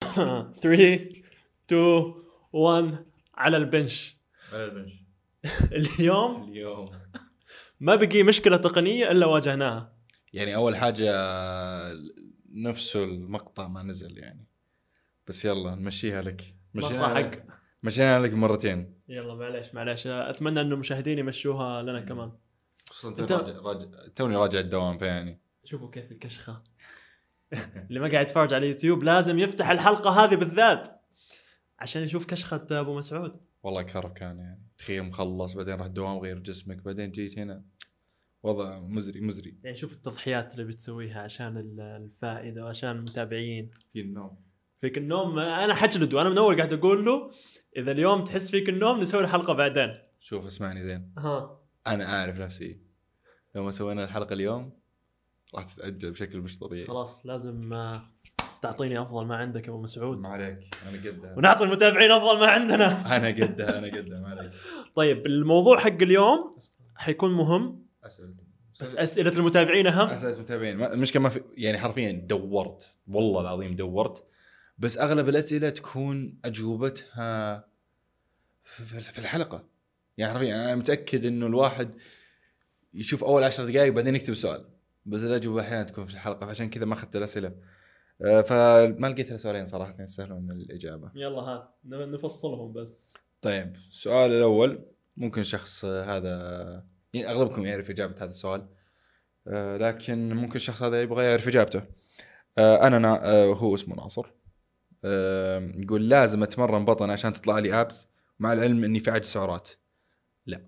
3 2 1 على البنش. على البنش. اليوم ما بقي مشكلة تقنية إلا واجهناها. يعني أول حاجة نفسه المقطع ما نزل يعني، بس يلا نمشيها لك. مشينا لك مرتين. يلا معليش أتمنى إنه المشاهدين يمشوها لنا كمان. توني راجع الدوام فيعني. شوفوا كيف الكشخة. اللي ما قاعد يتفرج على يوتيوب لازم يفتح الحلقة هذه بالذات عشان يشوف كشخة أبو مسعود. والله كرب كان يعني، تخيل مخلص بعدين راح الدوام غير جسمك بعدين جيت هنا، وضع مزري. يعني شوف التضحيات اللي بتسويها عشان الفائدة وعشان المتابعين. فيك النوم أنا حجلده. أنا من أول قاعد أقول له إذا اليوم تحس فيك النوم نسوي الحلقة بعدين. شوف اسمعني زين. ها. أنا أعرف نفسي لو ما سوينا الحلقة اليوم راح تتأجل بشكل مش طبيعي. خلاص لازم تعطيني أفضل ما عندك يا أبو مسعود. ما عليك أنا قدها. ونعطي المتابعين أفضل ما عندنا. أنا قدها ما عليك. طيب الموضوع حق اليوم حيكون مهم. بس أسئلة المتابعين أهم. أسئلة المتابعين المشكلة ما في يعني حرفيا دورت والله العظيم دورت، بس أغلب الأسئلة تكون أجوبتها في الحلقة. يعني حرفيا أنا متأكد إنه الواحد يشوف أول 10 دقائق بعدين يكتب سؤال، بس الأجوبة أحيانا تكون في الحلقة، فعشان كذا ما أخذت الأسئلة. فما لقيت سؤالين صراحة يستاهلون الإجابة. يلا هات نفصلهم بس. طيب السؤال الأول ممكن شخص هذا يعني أغلبكم يعرف إجابة هذا السؤال، لكن ممكن الشخص هذا يبغى يعرف إجابته. هو اسمه ناصر. يقول لازم أتمرن بطن عشان تطلع لي أبس، مع العلم إني في عجز سعرات. لا،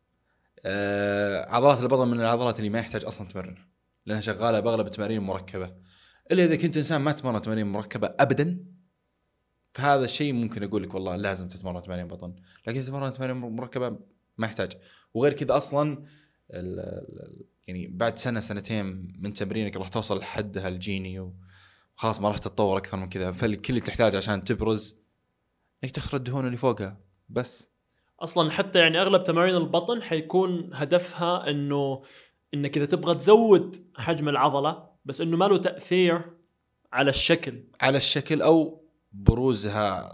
عضلات البطن من العضلات اللي ما يحتاج أصلا تمرنها لأنها شغالة بأغلب التمارين المركبة، إلا إذا كنت إنسان ما تمرن تمارين مركبة أبدا، فهذا الشيء ممكن أقول لك والله لازم تتمرن تمارين بطن. لكن تتمرن تمارين مركبة ما يحتاج. وغير كذا أصلا يعني بعد سنتين من تمرينك راح توصل لحدها الجيني وخلاص ما راح تتطور أكثر من كذا. فالكل اللي تحتاج عشان تبرز إنك تخسر الدهون اللي فوقها بس. أصلا حتى يعني أغلب تمارين البطن حيكون هدفها إنك إذا تبغى تزود حجم العضلة، بس إنه ما له تأثير على الشكل أو بروزها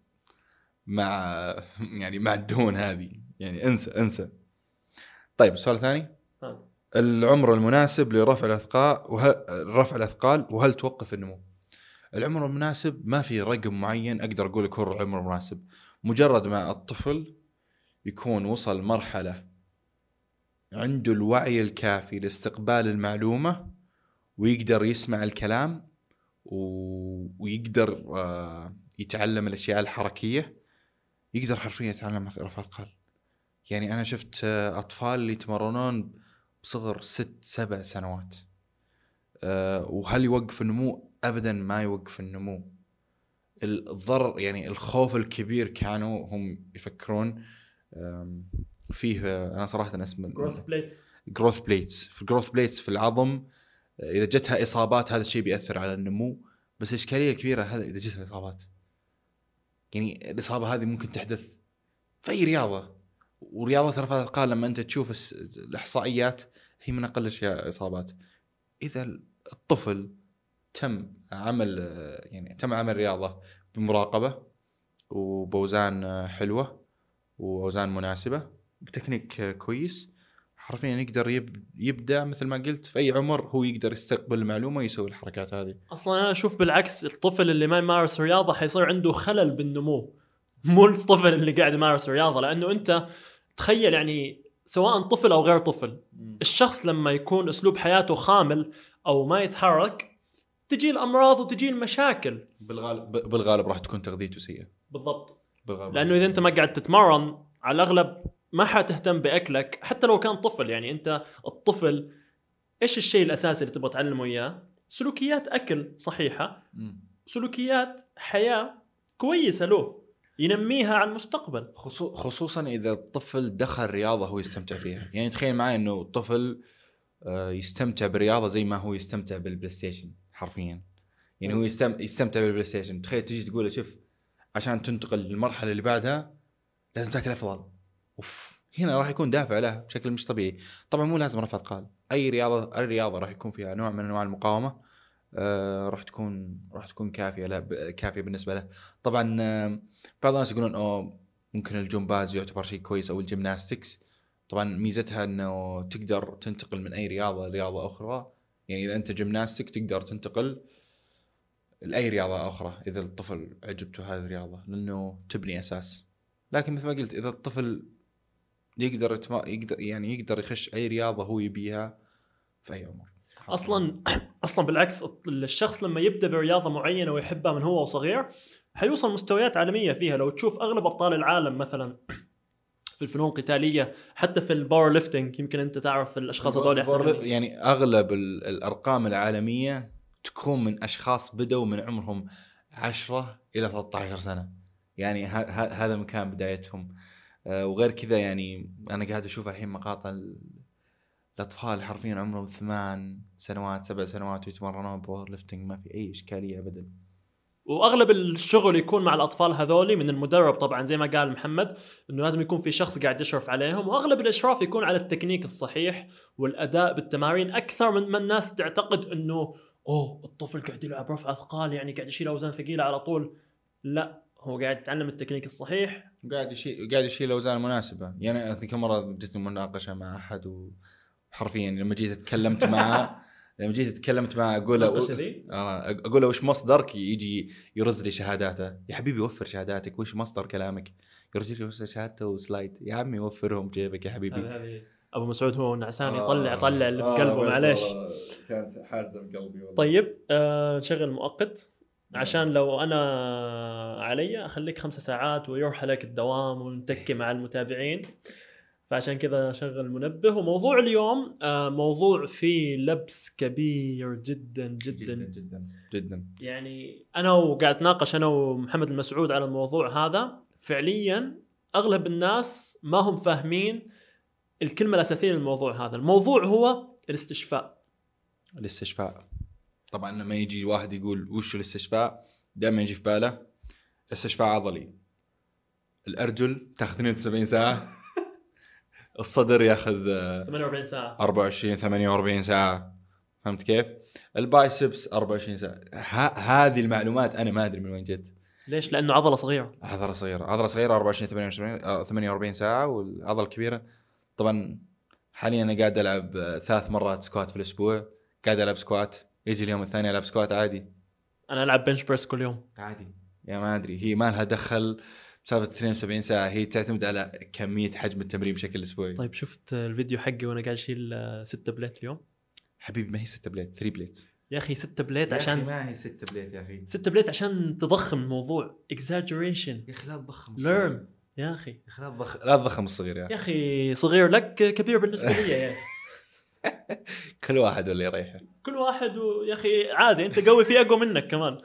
مع الدهون هذه. يعني انسى. طيب السؤال الثاني، العمر المناسب لرفع الأثقال وهل توقف النمو؟ العمر المناسب ما في رقم معين أقدر أقول لك هو العمر المناسب. مجرد ما الطفل يكون وصل مرحلة عنده الوعي الكافي لاستقبال المعلومة ويقدر يسمع الكلام ويقدر يتعلم الأشياء الحركية، يقدر حرفيا يتعلم رفع أثقال. يعني أنا شفت أطفال اللي يتمرنون بصغر 6-7 سنوات، وهل يوقف النمو؟ أبدا ما يوقف النمو. الضرر يعني الخوف الكبير كانوا هم يفكرون فيه. أنا صراحة اسمه growth plates. في growth plates في العظم إذا جتها إصابات هذا الشيء بيأثر على النمو. بس الإشكالية الكبيرة هذا إذا جتها إصابات، يعني الإصابة هذه ممكن تحدث في أي رياضة، ورياضة رفع الأثقال لما أنت تشوف الإحصائيات هي من أقل الأشياء إصابات. إذا الطفل تم عمل رياضة بمراقبة وبوزان حلوة وأوزان مناسبة بتكنيك كويس، حرفيا يقدر يبدأ مثل ما قلت في أي عمر هو يقدر يستقبل المعلومة ويسوي الحركات هذه. أصلا أنا أشوف بالعكس، الطفل اللي ما يمارس رياضة حيصير عنده خلل بالنمو، مو الطفل اللي قاعد يمارس رياضة. لأنه أنت تخيل يعني سواء طفل أو غير طفل، الشخص لما يكون أسلوب حياته خامل أو ما يتحرك تجي الأمراض وتجي المشاكل. بالغالب راح تكون تغذيته سيئة. بالضبط. لأنه إذا أنت ما قاعد تتمرن على الأغلب ما حتهتم بأكلك حتى لو كان طفل. يعني أنت الطفل إيش الشيء الأساسي اللي تبغى تعلمه إياه؟ سلوكيات أكل صحيحة، سلوكيات حياة كويسة له ينميها على المستقبل، خصوصا إذا الطفل دخل رياضة هو يستمتع فيها. يعني تخيل معي إنه الطفل يستمتع بالرياضة زي ما هو يستمتع بالبلاي ستيشن حرفيا. يعني هو يستمتع بالبلاي ستيشن. تخيل تجي تقول له شوف عشان تنتقل للمرحلة اللي بعدها لازم تأكل أفضل. هنا راح يكون دافع له بشكل مش طبيعي. طبعا مو لازم رفع أثقال، أي رياضة راح يكون فيها نوع من أنواع المقاومة راح تكون كافيه، لا كافيه بالنسبه له. طبعا بعض الناس يقولون ممكن الجمباز يعتبر شيء كويس او الجيمناستكس. طبعا ميزتها انه تقدر تنتقل من اي رياضه لرياضه اخرى. يعني اذا انت جيمناستيك تقدر تنتقل لاي رياضه اخرى اذا الطفل عجبته هذه الرياضه، لانه تبني اساس. لكن مثل ما قلت اذا الطفل يقدر يخش اي رياضه هو يبيها في اي عمر. اصلا بالعكس، الشخص لما يبدا برياضه معينه ويحبها من هو صغير حيوصل مستويات عالميه فيها. لو تشوف اغلب ابطال العالم مثلا في الفنون القتاليه، حتى في الباور ليفتنج، يمكن انت تعرف الاشخاص هذول احسن مني. يعني اغلب الارقام العالميه تكون من اشخاص بدوا من عمرهم 10 الى 13 سنه، يعني هذا مكان بدايتهم. وغير كذا يعني انا قاعد اشوف الحين مقاطع الاطفال حرفيا عمرهم 8 سنوات 7 سنوات ويتمرنون باور ليفتنج، ما في اي اشكاليه ابدا. واغلب الشغل يكون مع الاطفال هذولي من المدرب طبعا، زي ما قال محمد انه لازم يكون في شخص قاعد يشرف عليهم، واغلب الاشراف يكون على التكنيك الصحيح والاداء بالتمارين، اكثر من ما الناس تعتقد انه الطفل قاعد يلعب رفع اثقال يعني قاعد يشيل اوزان ثقيله على طول. لا، هو قاعد يتعلم التكنيك الصحيح، قاعد يشيل اوزان مناسبه. يعني اذكر مره جتني مناقشه مع احد وحرفيا لما جيت اتكلمت معه اقول له وش مصدرك، يجي يرز لي شهاداته. يا حبيبي وفر شهاداتك، وش مصدر كلامك؟ يرز لي شهادته وسلايد. يا عمي وفرهم جيبك يا حبيبي. هذه ابو مسعود هو نعسان يطلع اللي في قلبه. معليش، كانت حازه بقلبي والله. طيب نشغل مؤقت عشان لو انا علي اخليك 5 ساعات ويروح عليك الدوام ونتكي مع المتابعين، فعشان كذا شغل منبه. وموضوع اليوم موضوع فيه لبس كبير جدا جدا جدا جدا, جداً. يعني انا وقاعد اتناقش انا ومحمد المسعود على الموضوع هذا. فعليا اغلب الناس ما هم فاهمين الكلمة الأساسية للموضوع هذا. الموضوع هو الاستشفاء. طبعا لما يجي واحد يقول وش الاستشفاء، دائما يجي في باله استشفاء عضلي. الأرجل تأخذ 72 ساعة الصدر يأخذ 48 ساعة 48 ساعة. فهمت كيف؟ البايسبس 24 ساعة. هذه المعلومات أنا ما أدري من وين جت. ليش؟ لأنه عضلة صغيرة 24 48 ساعة. والعضلة الكبيرة طبعا حاليا أنا قاعد ألعب 3 مرات سكوات في الأسبوع. قاعد ألعب سكوات، يجي اليوم الثاني ألعب سكوات عادي. أنا ألعب بنش بريس كل يوم عادي. يا ما أدري، هي ما لها دخل بسبب 72 ساعة. هي تعتمد على كمية حجم التمرين بشكل أسبوعي. طيب شفت الفيديو حقي وأنا قاعد أشيل 6 بليت اليوم؟ حبيبي ما هي 6 بليت، 3 بليت يا أخي. 6 بليت عشان ما هي 6 بليت يا أخي. 6 بليت عشان تضخم الموضوع. exaggeration يا أخي لا تضخم learn يا أخي. لا تضخم الصغير يا أخي صغير لك كبير بالنسبة لي يا أخي. كل واحد واللي يريحه. كل واحد يا أخي عادي، أنت قوي في أقوى منك كمان.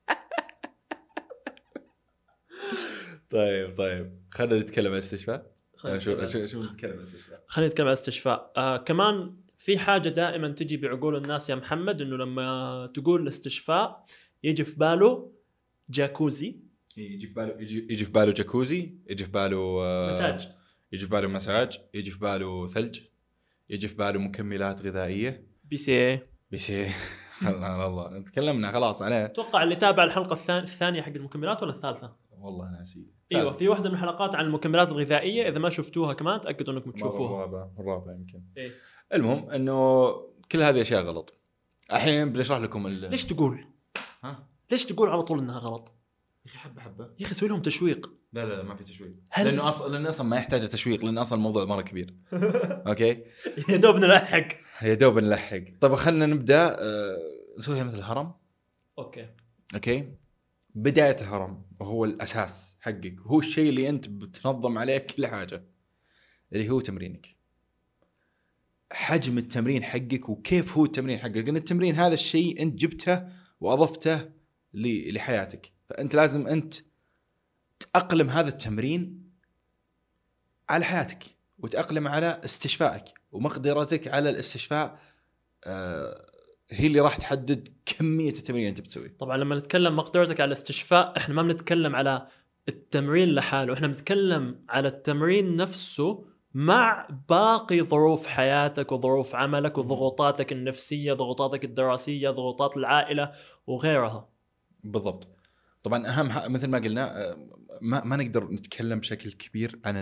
طيب خلينا نتكلم عن الاستشفاء. شو نتكلم عن الاستشفاء. خلينا نتكلم عن الاستشفاء. كمان في حاجة دائما تجي بعقول الناس يا محمد، إنه لما تقول الاستشفاء يجي في باله جاكوزي، يجي في باله جاكوزي، يجي في باله مساج، يجي في باله مساج، يجي في باله ثلج، يجي في باله مكملات غذائية بي سي. الله تكلمنا خلاص عليه. اتوقع اللي تابع الحلقة الثانية حق المكملات ولا الثالثة؟ والله ناسي. ايوه في واحدة من الحلقات عن المكملات الغذائية، اذا ما شفتوها كمان تأكدوا انكم تشوفوها. الرابع يمكن. إيه؟ المهم انه كل هذه اشياء غلط. الحين بشرح لكم ليش تقول ليش تقول على طول انها غلط يا اخي؟ حبه يا اخي سوي لهم تشويق. لا ما في تشويق، لانه اصلا ما يحتاج تشويق، لان اصلا الموضوع مره كبير. اوكي يا دوب نلحق. طب خلينا نبدا نسويها مثل الهرم. اوكي بدايه الهرم وهو الاساس حقك، هو الشيء اللي انت بتنظم عليه كل حاجه، اللي هو تمرينك. حجم التمرين حقك وكيف هو التمرين حقك، لان التمرين هذا الشيء انت جبته واضفته لحياتك، فانت لازم انت تأقلم هذا التمرين على حياتك، وتأقلم على استشفائك، ومقدرتك على الاستشفاء هي اللي راح تحدد كمية التمرين أنت بتسوي. طبعا لما نتكلم مقدرتك على الاستشفاء، احنا ما بنتكلم على التمرين لحاله، احنا بنتكلم على التمرين نفسه مع باقي ظروف حياتك وظروف عملك وضغوطاتك النفسية، ضغوطاتك الدراسية، ضغوطات العائلة وغيرها. بالضبط. طبعا اهم مثل ما قلنا ما نقدر نتكلم بشكل كبير عن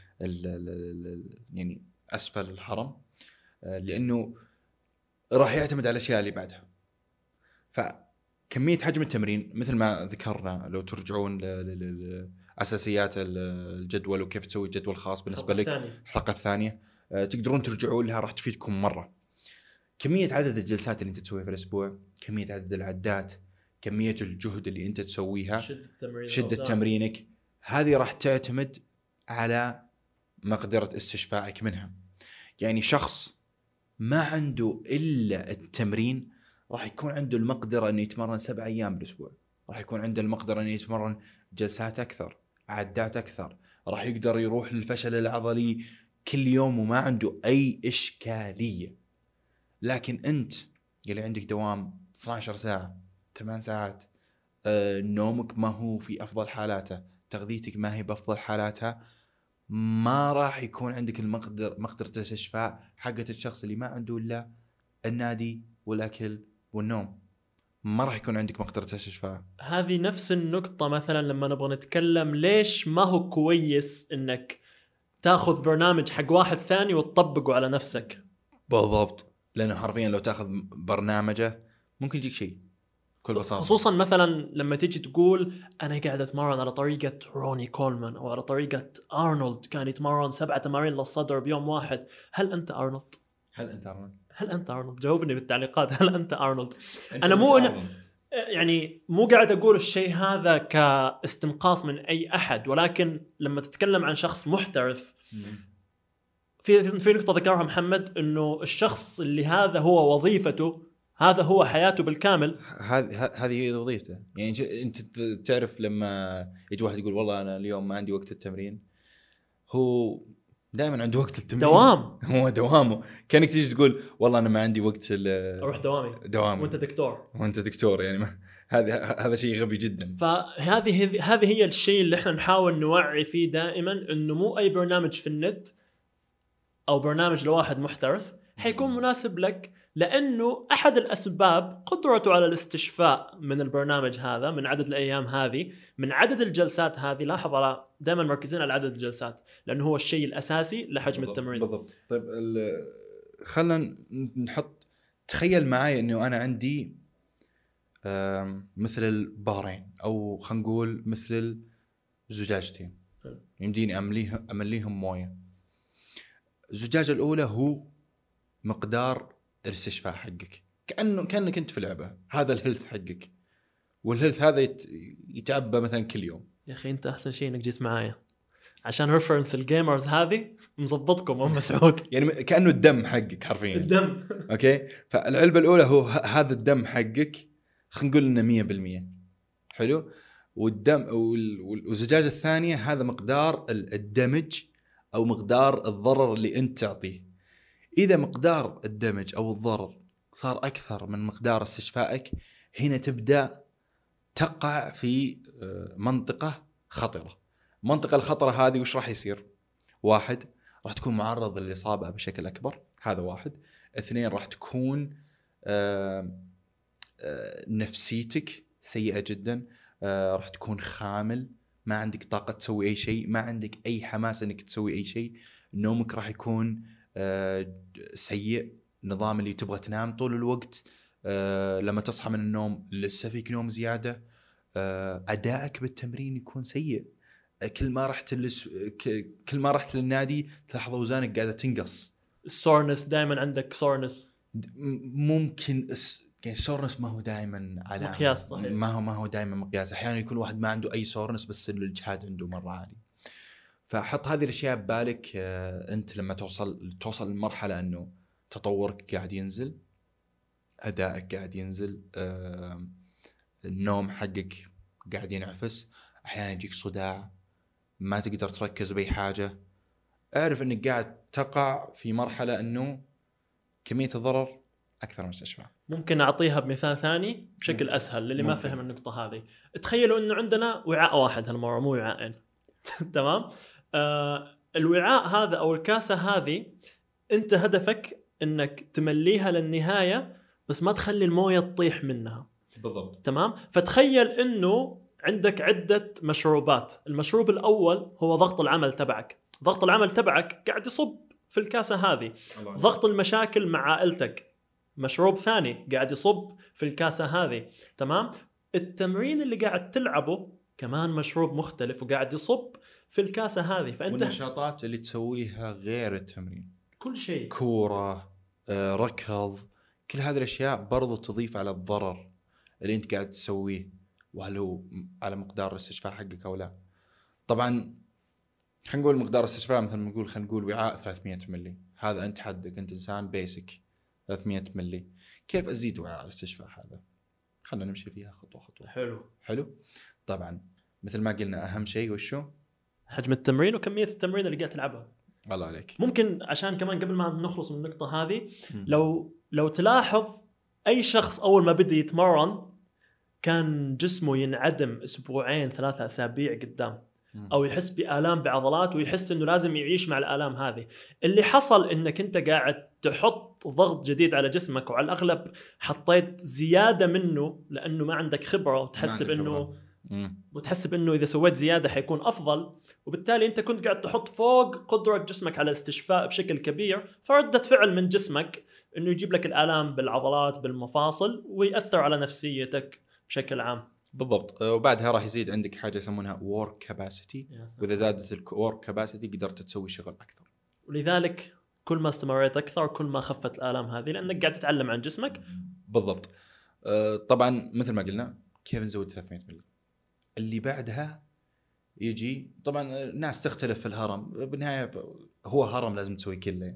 يعني اسفل الهرم، لانه راح يعتمد على الاشياء اللي بعدها. فكميه حجم التمرين مثل ما ذكرنا، لو ترجعون لاساسيات الجدول وكيف تسوي جدول خاص بالنسبه لك، الحلقه الثانيه تقدرون ترجعوا لها، راح تفيدكم مره. كميه عدد الجلسات اللي انت تسويها في الاسبوع، كميه عدد العدات، كميه الجهد اللي انت تسويها، شده تمرينك، هذه راح تعتمد على مقدره استشفائك منها. يعني شخص ما عنده الا التمرين راح يكون عنده المقدره انه يتمرن 7 أيام بالاسبوع، راح يكون عنده المقدره انه يتمرن جلسات اكثر، عدات اكثر، راح يقدر يروح للفشل العضلي كل يوم وما عنده اي اشكاليه. لكن انت اللي عندك دوام 12 ساعه 8 ساعات، نومك ما هو في افضل حالاته، تغذيتك ما هي بافضل حالاتها، ما راح يكون عندك مقدرة الاستشفاء حقة الشخص اللي ما عنده الا النادي والاكل والنوم. ما راح يكون عندك مقدرة الاستشفاء. هذه نفس النقطة مثلا لما نبغى نتكلم ليش ما هو كويس انك تاخذ برنامج حق واحد ثاني وتطبقه على نفسك. بالضبط، لانه حرفيا لو تاخذ برنامجه ممكن يجيك شيء بكل بساطة. خصوصا مثلا لما تيجي تقول انا قاعد اتمرن على طريقة روني كولمان او على طريقة ارنولد كان يتمرن 7 تمارين للصدر بيوم واحد. هل انت ارنولد؟ هل انت ارنولد؟ جاوبني بالتعليقات، هل انت ارنولد؟ انا يعني مو قاعد اقول الشيء هذا كاستنقاص من اي احد، ولكن لما تتكلم عن شخص محترف في نقطة ذكرها محمد، انه الشخص اللي هذا هو وظيفته، هذا هو حياته بالكامل، هذه هي وظيفته. يعني انت تعرف لما يجي واحد يقول والله انا اليوم ما عندي وقت التمرين، هو دائما عنده وقت التمرين، دوام، هو دوامه. كانك تيجي تقول والله انا ما عندي وقت اروح دوامي وانت دكتور يعني هذا شيء غبي جدا. فهذه هي الشيء اللي احنا نحاول نوعي فيه دائما، انه مو اي برنامج في النت او برنامج لواحد محترف حيكون مناسب لك، لانه احد الاسباب قدرته على الاستشفاء من البرنامج هذا، من عدد الايام هذه، من عدد الجلسات هذه. لاحظ على دائما مركزين على عدد الجلسات لانه هو الشيء الاساسي لحجم التمرين. بالضبط. طيب خلنا نحط، تخيل معي انه انا عندي مثل البارين، او خلينا نقول مثل الزجاجتين يمديني امليهم مويه. الزجاجه الاولى هو مقدار الاستشفاء حقك، كأنك انت في لعبه، هذا الهيلث حقك، والهيلث هذا يتعبى مثلا كل يوم. يا اخي انت احسن شيء انك جيت معايا عشان ريفرنس الجيمرز هذه مزبطكم ام مسعود. يعني كأنه الدم حقك حرفيا، الدم. اوكي، فالعلبه الاولى هو هذا الدم حقك، خلينا نقول انه 100%. حلو. والدم والزجاجه الثانيه هذا مقدار الدمج او مقدار الضرر اللي انت تعطيه. اذا مقدار الدمج او الضرر صار اكثر من مقدار استشفائك، هنا تبدا تقع في منطقه خطره. المنطقه الخطره هذه وش راح يصير؟ 1 راح تكون معرض للاصابه بشكل اكبر، هذا 1. 2 راح تكون نفسيتك سيئه جدا، راح تكون خامل، ما عندك طاقه تسوي اي شيء، ما عندك اي حماس انك تسوي اي شيء، نومك راح يكون سيء، نظام اللي تبغى تنام طول الوقت، لما تصحى من النوم لسه فيك نوم زياده، ادائك بالتمرين يكون سيء، كل ما رحت للنادي تلاحظ اوزانك قاعده تنقص. السورنس دائما عندك سورنس، ممكن يعني السورنس ما هو دائما على مقياس صحيح، ما هو دائما مقياس. احيانا يكون واحد ما عنده اي سورنس بس الاجهاد عنده مره عالي. فحط هذه الاشياء ببالك. انت لما توصل لمرحله انه تطورك قاعد ينزل، ادائك قاعد ينزل، النوم حقك قاعد ينعفس، احيانا يجيك صداع، ما تقدر تركز باي حاجه، اعرف انك قاعد تقع في مرحله انه كميه الضرر اكثر من استشفاء. ممكن اعطيها بمثال ثاني بشكل اسهل للي ما فهم النقطه هذه. تخيلوا انه عندنا وعاء واحد هالمره، مو وعاءين. تمام. الوعاء هذا او الكاسه هذه انت هدفك انك تمليها للنهايه بس ما تخلي المويه تطيح منها. بالضبط. تمام. فتخيل انه عندك عده مشروبات، المشروب الاول هو ضغط العمل تبعك، ضغط العمل تبعك قاعد يصب في الكاسه هذه. ضغط المشاكل مع عائلتك مشروب ثاني قاعد يصب في الكاسه هذه. تمام. التمرين اللي قاعد تلعبه كمان مشروب مختلف وقاعد يصب في الكاسه هذه. فانت والنشاطات اللي تسويها غير التمرين، كل شيء، كوره، ركض، كل هذه الاشياء برضو تضيف على الضرر اللي انت قاعد تسويه، وهل هو على مقدار الاستشفاء حقك او لا. طبعا خلينا نقول مقدار الاستشفاء مثل ما نقول، خلينا نقول وعاء 300 ملي، هذا انت حدك، انت انسان بيسك 300 ملي. كيف ازيد وعاء الاستشفاء هذا؟ خلينا نمشي فيها خطوه خطوه. حلو. طبعا مثل ما قلنا اهم شيء وشو؟ حجم التمرين وكميه التمرين اللي قاعد تلعبها. الله عليك. ممكن عشان كمان قبل ما نخلص من النقطه هذه، لو تلاحظ اي شخص اول ما بدا يتمرن كان جسمه ينعدم اسبوعين 3 اسابيع قدام، او يحس بآلام بعضلات ويحس انه لازم يعيش مع الآلام هذه. اللي حصل انك انت قاعد تحط ضغط جديد على جسمك، وعلى الاغلب حطيت زياده منه لانه ما عندك خبره وتحسب انه اذا سويت زياده حيكون افضل، وبالتالي انت كنت قاعد تحط فوق قدره جسمك على الاستشفاء بشكل كبير، فردة فعل من جسمك انه يجيب لك الآلام بالعضلات بالمفاصل ويأثر على نفسيتك بشكل عام. بالضبط. وبعدها راح يزيد عندك حاجه يسمونها work capacity، واذا زادت الwork capacity قدرت تسوي شغل اكثر. ولذلك كل ما استمريت اكثر كل ما خفت الآلام هذه، لانك قاعد تتعلم عن جسمك. بالضبط. طبعا مثل ما قلنا كيف نزود 300 ملي. اللي بعدها يجي طبعا الناس تختلف في الهرم، بالنهايه هو هرم لازم تسوي كله.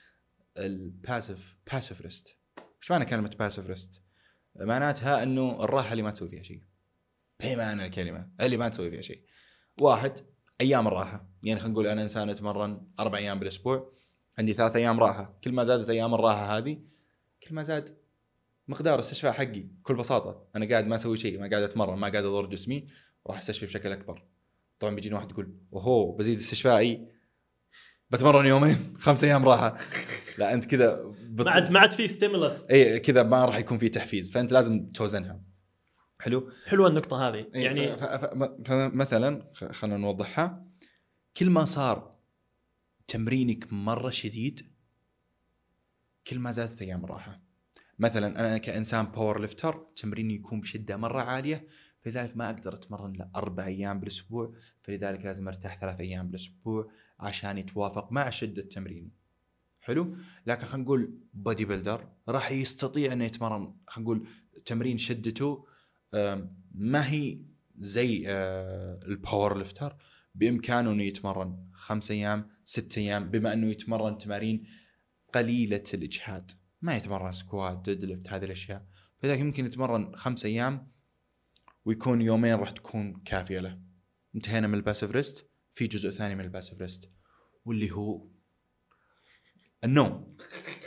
الباسيف ريست. وش معنى كلمه باسيف ريست؟ معناتها انه الراحه اللي ما تسوي فيها شيء. بمعنى الكلمه اللي ما تسوي فيها شيء. 1 ايام الراحه، يعني خلينا نقول انا انسان اتمرن 4 ايام بالاسبوع، عندي 3 ايام راحه. كل ما زادت ايام الراحه هذه كل ما زاد مقدار الاستشفاء حقي. بكل بساطه انا قاعد ما اسوي شيء، ما قاعد اتمرن، ما قاعد اضر جسمي، راح استشفي بشكل اكبر. طبعا بيجيني واحد يقول اوهو بزيد استشفائي بتمرن 2 5 ايام راحه. لا انت كذا ما عاد في ستيمولس، اي كذا ما راح يكون في تحفيز، فانت لازم توزنها. حلو النقطه هذه. يعني مثلا خلينا نوضحها. كل ما صار تمرينك مره شديد كل ما زادت ايام الراحه. مثلا انا كانسان باور ليفتر تمريني يكون بشده مره عاليه، فلذلك ما اقدر اتمرن ل 4 ايام بالاسبوع، فلذلك لازم ارتاح 3 ايام بالاسبوع عشان يتوافق مع شده تمريني. حلو. لكن خلينا نقول بودي بيلدر راح يستطيع انه يتمرن، خلينا نقول تمرين شدته ما هي زي الباور ليفتر، بامكانه انه يتمرن 5 ايام 6 ايام، بما انه يتمرن تمارين قليله الاجهاد، ما يتمرن سكوات ديد ليفت هذه الاشياء. فلذلك يمكن يتمرن 5 ايام ويكون 2 راح تكون كافيه له. انتهينا من الباسيف ريست. في جزء ثاني من الباسيف ريست واللي هو النوم.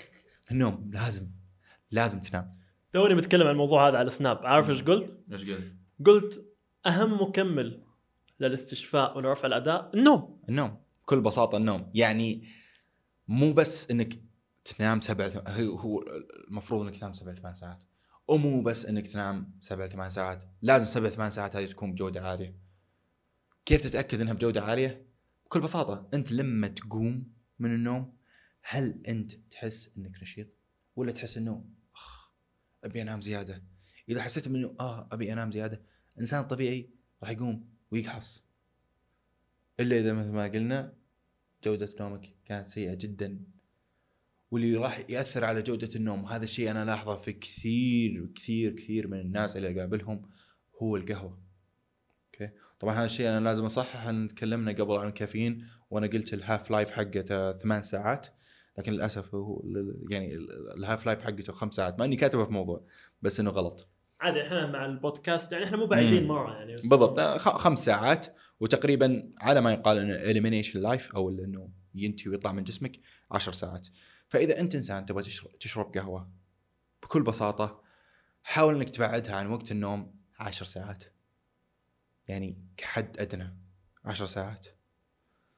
لازم تنام. توني بتكلم عن الموضوع هذا على سناب، عارف ايش قلت؟ قلت اهم مكمل للاستشفاء ولرفع الاداء النوم بكل بساطه. النوم يعني مو بس انك تنام 7، هو المفروض انك تنام 7-8 ساعات، ومو بس انك تنام 7-8 ساعات، لازم 7-8 ساعات هذه تكون بجوده عاليه. كيف تتاكد انها بجوده عاليه؟ بكل بساطه انت لما تقوم من النوم هل انت تحس انك نشيط ولا تحس انه ابي انام زياده؟ اذا حسيت انه ابي انام زياده، انسان طبيعي راح يقوم ويقحص، الا اذا مثل ما قلنا جوده نومك كانت سيئه جدا. واللي راح ياثر على جوده النوم، هذا الشيء انا لاحظه في كثير من الناس اللي اقابلهم، هو القهوه. اوكي طبعا هذا الشيء انا لازم اصحح. ان تكلمنا قبل عن الكافيين وانا قلت الهاف لايف حقته 8 ساعات، لكن للاسف هو يعني الهاف لايف حقته 5 ساعات، ما اني كاتبه في موضوع بس انه غلط. عادي احنا مع البودكاست يعني احنا مو بعيدين مره يعني بالضبط 5 ساعات. وتقريبا على ما يقال انه اليمينيشن لايف او انه ينتهي ويطلع من جسمك 10 ساعات. فاذا انت انسان تبغى تشرب قهوه بكل بساطه حاول انك تبعدها عن وقت النوم 10 ساعات، يعني كحد ادنى 10 ساعات.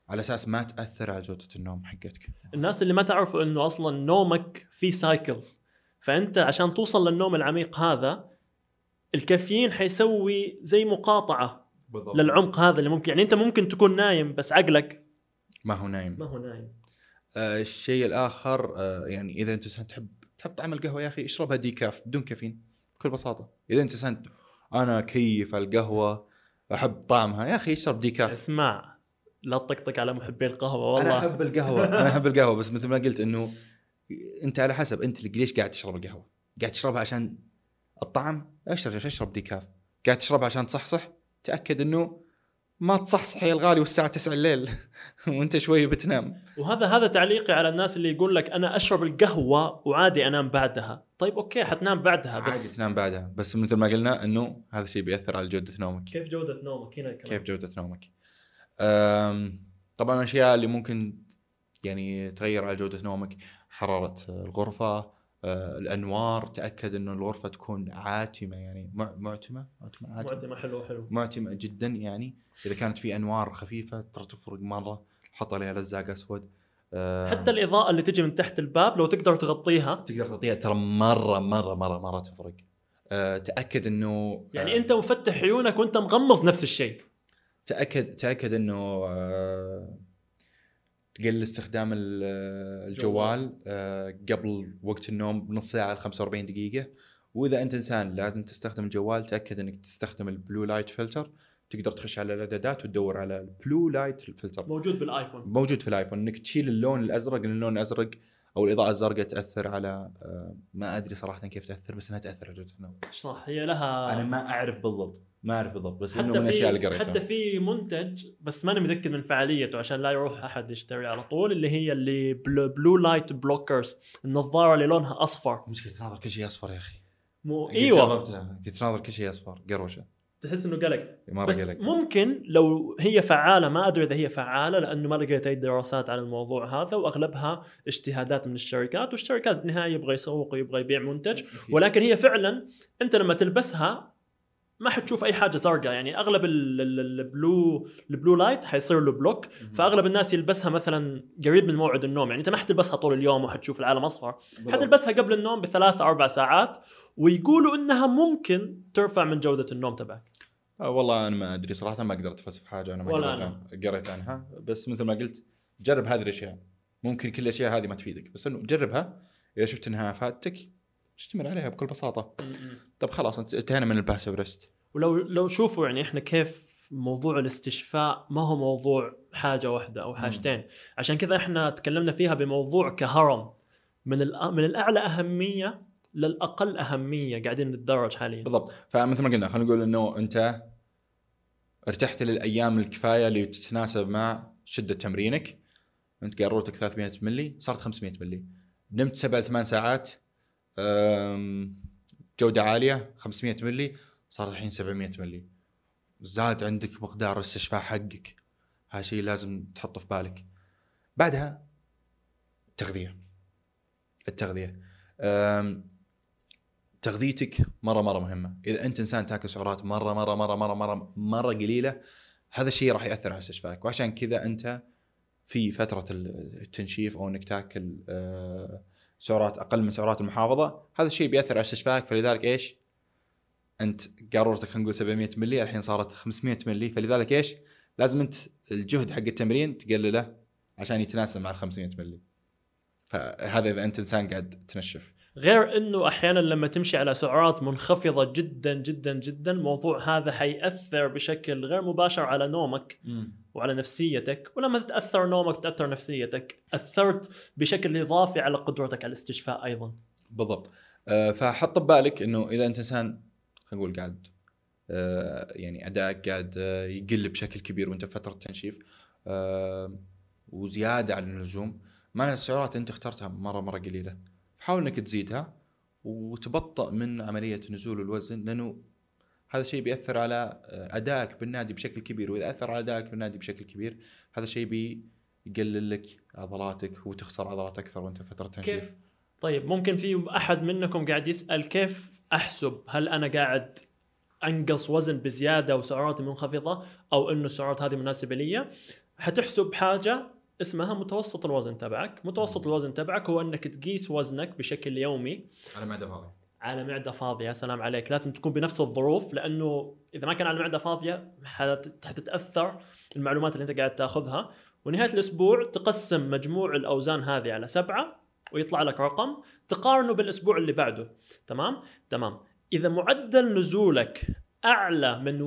على اساس ما تاثر على جوده النوم حقتك. الناس اللي ما تعرفوا انه اصلا نومك فيه سايكلز، فانت عشان توصل للنوم العميق هذا الكافيين حيسوي زي مقاطعه بالضبط. للعمق هذا اللي ممكن، يعني انت ممكن تكون نايم بس عقلك ما هو نايم. الشيء الاخر يعني اذا انت تحب طعم القهوه يا اخي اشربها ديكاف بدون كافيين بكل بساطه. اذا انت انا كيف القهوه احب طعمها يا اخي اشرب ديكاف. اسمع لا تطقطق على محبي القهوه، والله انا احب القهوه انا احب القهوه، بس مثل ما قلت انه انت على حسب انت ليش قاعد تشرب القهوه. قاعد تشربها عشان الطعم اشرب ديكاف. قاعد تشربها عشان تصحصح تاكد انه ما تصحصح يا الغالي والساعه 9 الليل وانت شوي بتنام. وهذا تعليقي على الناس اللي يقول لك انا اشرب القهوه وعادي انام بعدها. طيب اوكي حتنام بعدها بس عادي تنام بعدها، بس مثل ما قلنا انه هذا الشيء بيأثر على جوده نومك. كيف جوده نومك هنا الكلام. كيف جوده نومك. طبعا الاشياء اللي ممكن يعني تغير على جوده نومك حراره الغرفه، الانوار. تاكد انه الغرفه تكون عاتمه، يعني معتمه حلو معتمه جدا. يعني اذا كانت في انوار خفيفه ترى تفرق مره. حط عليها لزاق اسود. حتى الاضاءه اللي تجي من تحت الباب لو تقدر تغطيها ترى مره تفرق. تاكد انه يعني انت مفتح عيونك وانت مغمض نفس الشيء. تاكد انه تقلل استخدام الجوال قبل وقت النوم بنص ساعه ل 45 دقيقه. واذا انت انسان لازم تستخدم الجوال تاكد انك تستخدم البلو لايت فلتر. تقدر تخش على الاعدادات وتدور على البلو لايت فلتر، موجود بالايفون، موجود في الايفون. انك تشيل اللون الازرق، لان اللون الازرق او الاضاءه الزرقاء تاثر على ما ادري صراحه كيف تاثر، بس انها تاثر على جوده النوم. صح هي لها، انا ما اعرف بالضبط بس انه من الاشياء اللي قريتها. حتى في منتج بس ماني متاكد من فعاليته عشان لا يروح احد يشتري على طول، اللي هي اللي بلو لايت بلوكرز، النظاره اللي لونها اصفر. مشكله تناظر كل شيء اصفر يا اخي. ايوه كنت تناظر كل شيء اصفر قروشه، تحس انه قلق. بس قلق. ممكن لو هي فعاله، ما ادري اذا هي فعاله لانه ما لقيت اي دراسات على الموضوع هذا، واغلبها اجتهادات من الشركات، والشركات بالنهايه يبغى يسوق ويبغى يبيع منتج. ولكن هي فعلا انت لما تلبسها ما حتشوف اي حاجه زرقاء، يعني اغلب البلو لايت حيصير له بلوك. فاغلب الناس يلبسها مثلا قريب من موعد النوم، يعني انت ما حتلبسها طول اليوم وحتشوف العالم اصفر، حتلبسها قبل النوم ب3-4 ساعات، ويقولوا انها ممكن ترفع من جوده النوم تبعك. والله انا ما ادري صراحه، ما اقدر اتفلسف حاجه انا ما قريت عنها. بس مثل ما قلت جرب هذه الاشياء. ممكن كل الاشياء هذه ما تفيدك، بس انه جربها. اذا شفت انها فاتك اشتمل عليها بكل بساطه. طب خلاص انتهينا من الباسيف ريست. ولو شوفوا يعني احنا كيف موضوع الاستشفاء ما هو موضوع حاجه واحده او حاجتين. عشان كذا احنا تكلمنا فيها بموضوع كهرم من الاعلى اهميه للاقل اهميه، قاعدين نتدرج حاليا. بالضبط. فمثل ما قلنا خلينا نقول انه انت ارتحت للايام الكفايه اللي تتناسب مع شده تمرينك. انت قارورتك 300 ملي صارت 500 ملي. نمت 7-8 ساعات جوده عاليه 500 ملي صارت الحين 700 ملي. زاد عندك مقدار الاستشفاء حقك. هذا شيء لازم تحطه في بالك. بعدها التغذيه تغذيتك مره مهمه. اذا انت انسان تاكل سعرات مره قليله، هذا الشيء راح ياثر على استشفائك. وعشان كذا انت في فتره التنشيف او انك تاكل سعرات اقل من سعرات المحافظه، هذا الشيء بياثر على استشفائك. فلذلك ايش انت قارورتك خلينا نقول 700 ملي الحين صارت 500 ملي، فلذلك ايش لازم انت الجهد حق التمرين تقلله عشان يتناسب مع ال 500 ملي. فهذا اذا انت انسان قاعد تنشف. غير انه احيانا لما تمشي على سعرات منخفضه جدا جدا جدا، الموضوع هذا حيأثر بشكل غير مباشر على نومك وعلى نفسيتك. ولما تتأثر نومك تأثر نفسيتك، أثرت بشكل إضافي على قدرتك على الاستشفاء أيضا. بالضبط. فحط ببالك انه اذا انت انسان خلينا نقول قاعد يعني ادائك قاعد يقل بشكل كبير وانت في فتره تنشيف وزياده على اللزوم، معناها السعرات انت اخترتها مره قليله. حاول انك تزيدها وتبطئ من عمليه نزول الوزن، لانه هذا الشيء بيأثر على ادائك بالنادي بشكل كبير. واذا اثر على ادائك بالنادي بشكل كبير، هذا الشيء بيقلل لك عضلاتك وتخسر عضلات اكثر وانت في فتره تنشيف. كيف؟ طيب ممكن في احد منكم قاعد يسأل كيف احسب هل انا قاعد انقص وزن بزياده وسعراتي منخفضه او انه السعرات هذه مناسبه لي؟ حتحسب حاجه اسمها متوسط الوزن تبعك. متوسط الوزن تبعك هو انك تقيس وزنك بشكل يومي على معده فاضيه. على معده فاضيه. يا سلام عليك، لازم تكون بنفس الظروف، لانه اذا ما كان على معده فاضيه حتتاثر المعلومات اللي انت قاعد تاخذها. ونهايه الاسبوع تقسم مجموع الاوزان هذه على 7 ويطلع لك رقم تقارنه بالاسبوع اللي بعده. تمام. اذا معدل نزولك اعلى من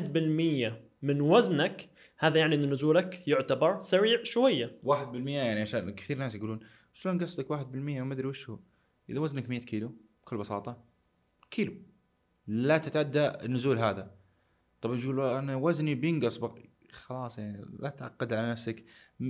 1% من وزنك، هذا يعني ان نزولك يعتبر سريع شويه. 1% يعني عشان كثير ناس يقولون شلون قصدك 1% وما ادري وش هو. اذا وزنك 100 كيلو بكل بساطه كيلو لا تتعدى النزول هذا. طب يقول انا وزني بينقص خلاص يعني لا تعقد على نفسك.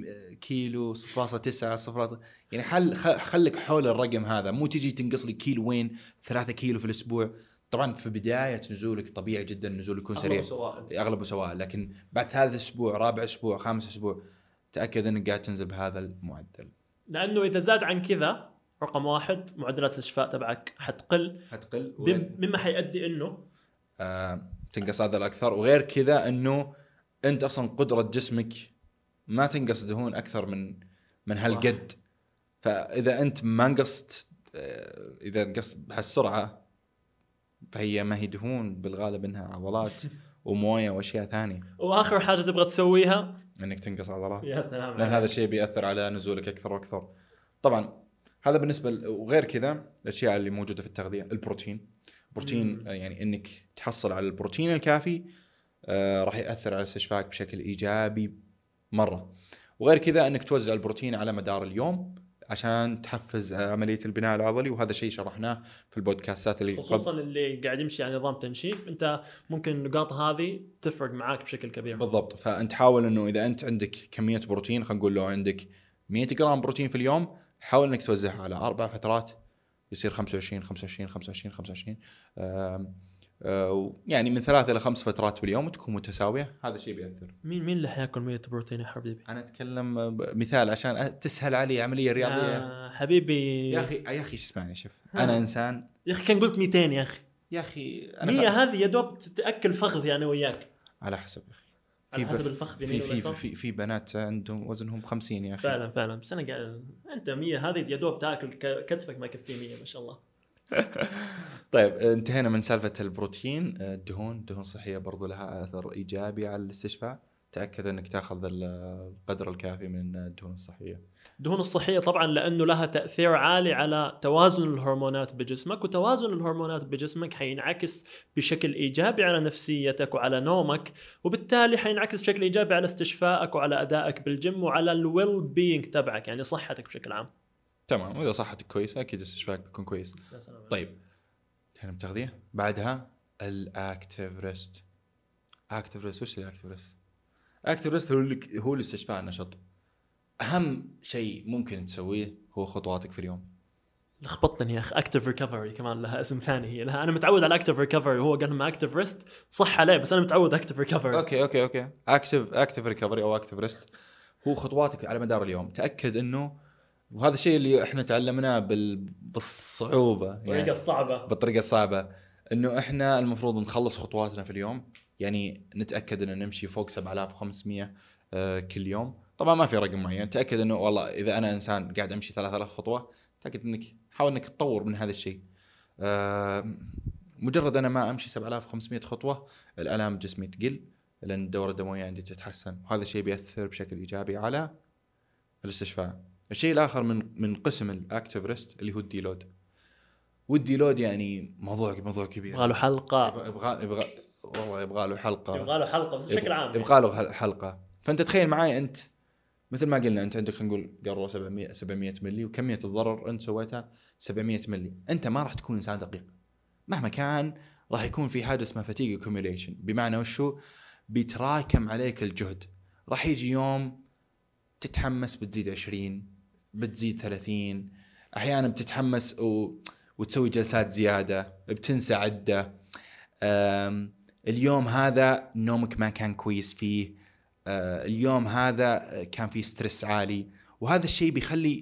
كيلو 0.9 يعني خليك حول الرقم هذا، مو تجي تنقص لي كيلو وين 3 كيلو في الاسبوع. طبعا في بدايه نزولك طبيعي جدا النزول يكون سريع اغلبه سواء، لكن بعد ثالث اسبوع رابع اسبوع خامس اسبوع تاكد انك قاعد تنزل بهذا المعدل، لانه اذا زاد عن كذا رقم 1 معدلات الاستشفاء تبعك حتقل مما حيؤدي انه تنقص هذا الاكثر. وغير كذا انه انت اصلا قدره جسمك ما تنقص دهون اكثر من هالقد. فاذا انت ما نقصت اذا نقصت بهالسرعه فهي ما هي دهون، بالغالب انها عضلات ومويه واشياء ثانيه. واخر حاجه تبغى تسويها انك تنقص عضلات. يا سلام، لان هذا الشيء بيأثر على نزولك اكثر واكثر. طبعا هذا بالنسبه وغير كذا الاشياء اللي موجوده في التغذيه. البروتين يعني انك تحصل على البروتين الكافي راح يأثر على استشفائك بشكل ايجابي مره. وغير كذا انك توزع البروتين على مدار اليوم عشان تحفز عمليه البناء العضلي، وهذا شيء شرحناه في البودكاستات اللي خصوصا اللي قاعد يمشي على نظام تنشيف. انت ممكن النقاط هذه تفرق معاك بشكل كبير. بالضبط. فانت حاول انه اذا انت عندك كميه بروتين، خلينا نقول لو عندك 100 جرام بروتين في اليوم، حاول انك توزعها على 4 فترات يصير 25 25 25 25 يعني من 3 إلى 5 فترات باليوم وتكون متساويه. هذا الشيء بيأثر. مين اللي حياكل 100 بروتين يا حبيبي؟ انا اتكلم مثال عشان تسهل علي عمليه رياضيه. حبيبي يا اخي اسمعني شوف انا انسان. يا اخي كان قلت 200 يا اخي. يا اخي انا 100 هذه يا دوب تاكل فخذ انا وياك. على حسب يا اخي. على حسب الفخذ في بنات عندهم وزنهم 50 يا اخي. فعلا بس انا قاعد انت 100 هذه يا دوب تاكل كتفك ما يكفي 100 ما شاء الله. طيب انتهينا من سالفه البروتين. الدهون صحيه برضو لها اثر ايجابي على الاستشفاء. تاكد انك تاخذ القدر الكافي من الدهون الصحيه. الدهون الصحيه طبعا لانه لها تاثير عالي على توازن الهرمونات بجسمك، وتوازن الهرمونات بجسمك حينعكس بشكل ايجابي على نفسيتك وعلى نومك، وبالتالي حينعكس بشكل ايجابي على استشفائك وعلى ادائك بالجيم وعلى الويل بينج تبعك، يعني صحتك بشكل عام. تمام. واذا صحتك كويسه اكيد استشفائك بيكون كويس. طيب انتهينا من التغذيه. بعدها الاكتيف ريست. وش الاكتيف ريست؟ هو الاستشفاء النشط. اهم شيء ممكن تسويه هو خطواتك في اليوم. لخبطتني يا اخي. اكتيف ريكفري كمان لها اسم ثاني. هي لها انا متعود على اكتيف ريكفري، هو قال لهم اكتيف ريست صح عليه، بس انا متعود اكتيف ريكفري. اوكي اكتيف ريكفري او اكتيف ريست هو خطواتك على مدار اليوم. تاكد انه وهذا الشيء اللي احنا تعلمناه بالصعوبه يعني بالطريقه الصعبه انه احنا المفروض نخلص خطواتنا في اليوم. يعني نتاكد ان نمشي فوق 7500 كل يوم. طبعا ما في رقم معين. تاكد انه والله اذا انا انسان قاعد امشي 3000 خطوه، تاكد انك حاول انك تطور من هذا الشيء. مجرد انا ما امشي 7500 خطوه الالام جسمي تقل لان الدوره الدمويه عندي تتحسن، وهذا الشيء بيأثر بشكل ايجابي على الاستشفاء. الشيء الاخر من قسم الاكتيف ريست اللي هو الديلود. والديلود يعني موضوع كبير. يبغى له حلقه. يبغى له حلقه بس بشكل عام يبغى له حلقه. فانت تخيل معي انت مثل ما قلنا انت عندك خلينا نقول قرره 700 ملي، وكميه الضرر انت سويتها 700 ملي. انت ما راح تكون انسان دقيق مهما كان. راح يكون في حاجه اسمها fatigue accumulation، بمعنى وشو بيتراكم عليك الجهد. راح يجي يوم تتحمس بتزيد 20 بتزيد 30 احيانا بتتحمس وتسوي جلسات زياده، بتنسى عده. اليوم هذا نومك ما كان كويس فيه، اليوم هذا كان فيه ستريس عالي، وهذا الشيء بيخلي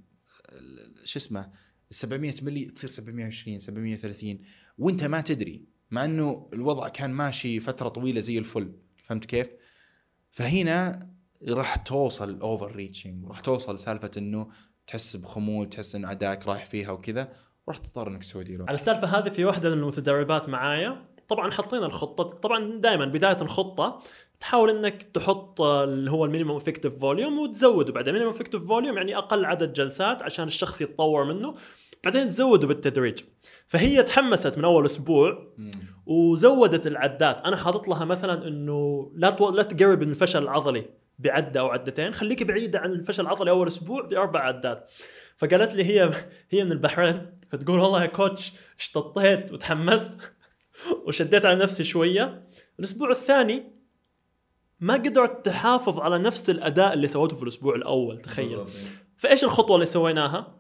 700 ملي تصير 720 730 وانت ما تدري، مع انه الوضع كان ماشي فتره طويله زي الفل. فهمت كيف؟ فهنا راح توصل اوفر ريتشنج، راح توصل سالفه انه تحس بخمول، تحس ان ادائك رايح فيها وكذا، راح تضطر انك تسوي ديلود. على السالفه هذه في واحده من المتدربات معايا طبعا حطينا الخطه، طبعا دائما بدايه الخطه تحاول انك تحط اللي هو المينيمم افكتيف فوليوم وتزوده، بعدين مينيمم افكتيف فوليوم يعني اقل عدد جلسات عشان الشخص يتطور منه، بعدين تزوده بالتدريج. فهي تحمست من اول اسبوع وزودت العدات. انا حاطط لها مثلا انه لا تقرب من الفشل العضلي بعده او عدتين، خليك بعيده عن الفشل العضلي اول اسبوع ب4 عدات. فقالت لي هي من البحرين، فتقول والله يا كوتش اشتطيت وتحمست وشديت على نفسي شويه. الاسبوع الثاني ما قدرت تحافظ على نفس الاداء اللي سويته في الاسبوع الاول، تخيل. فايش الخطوه اللي سويناها؟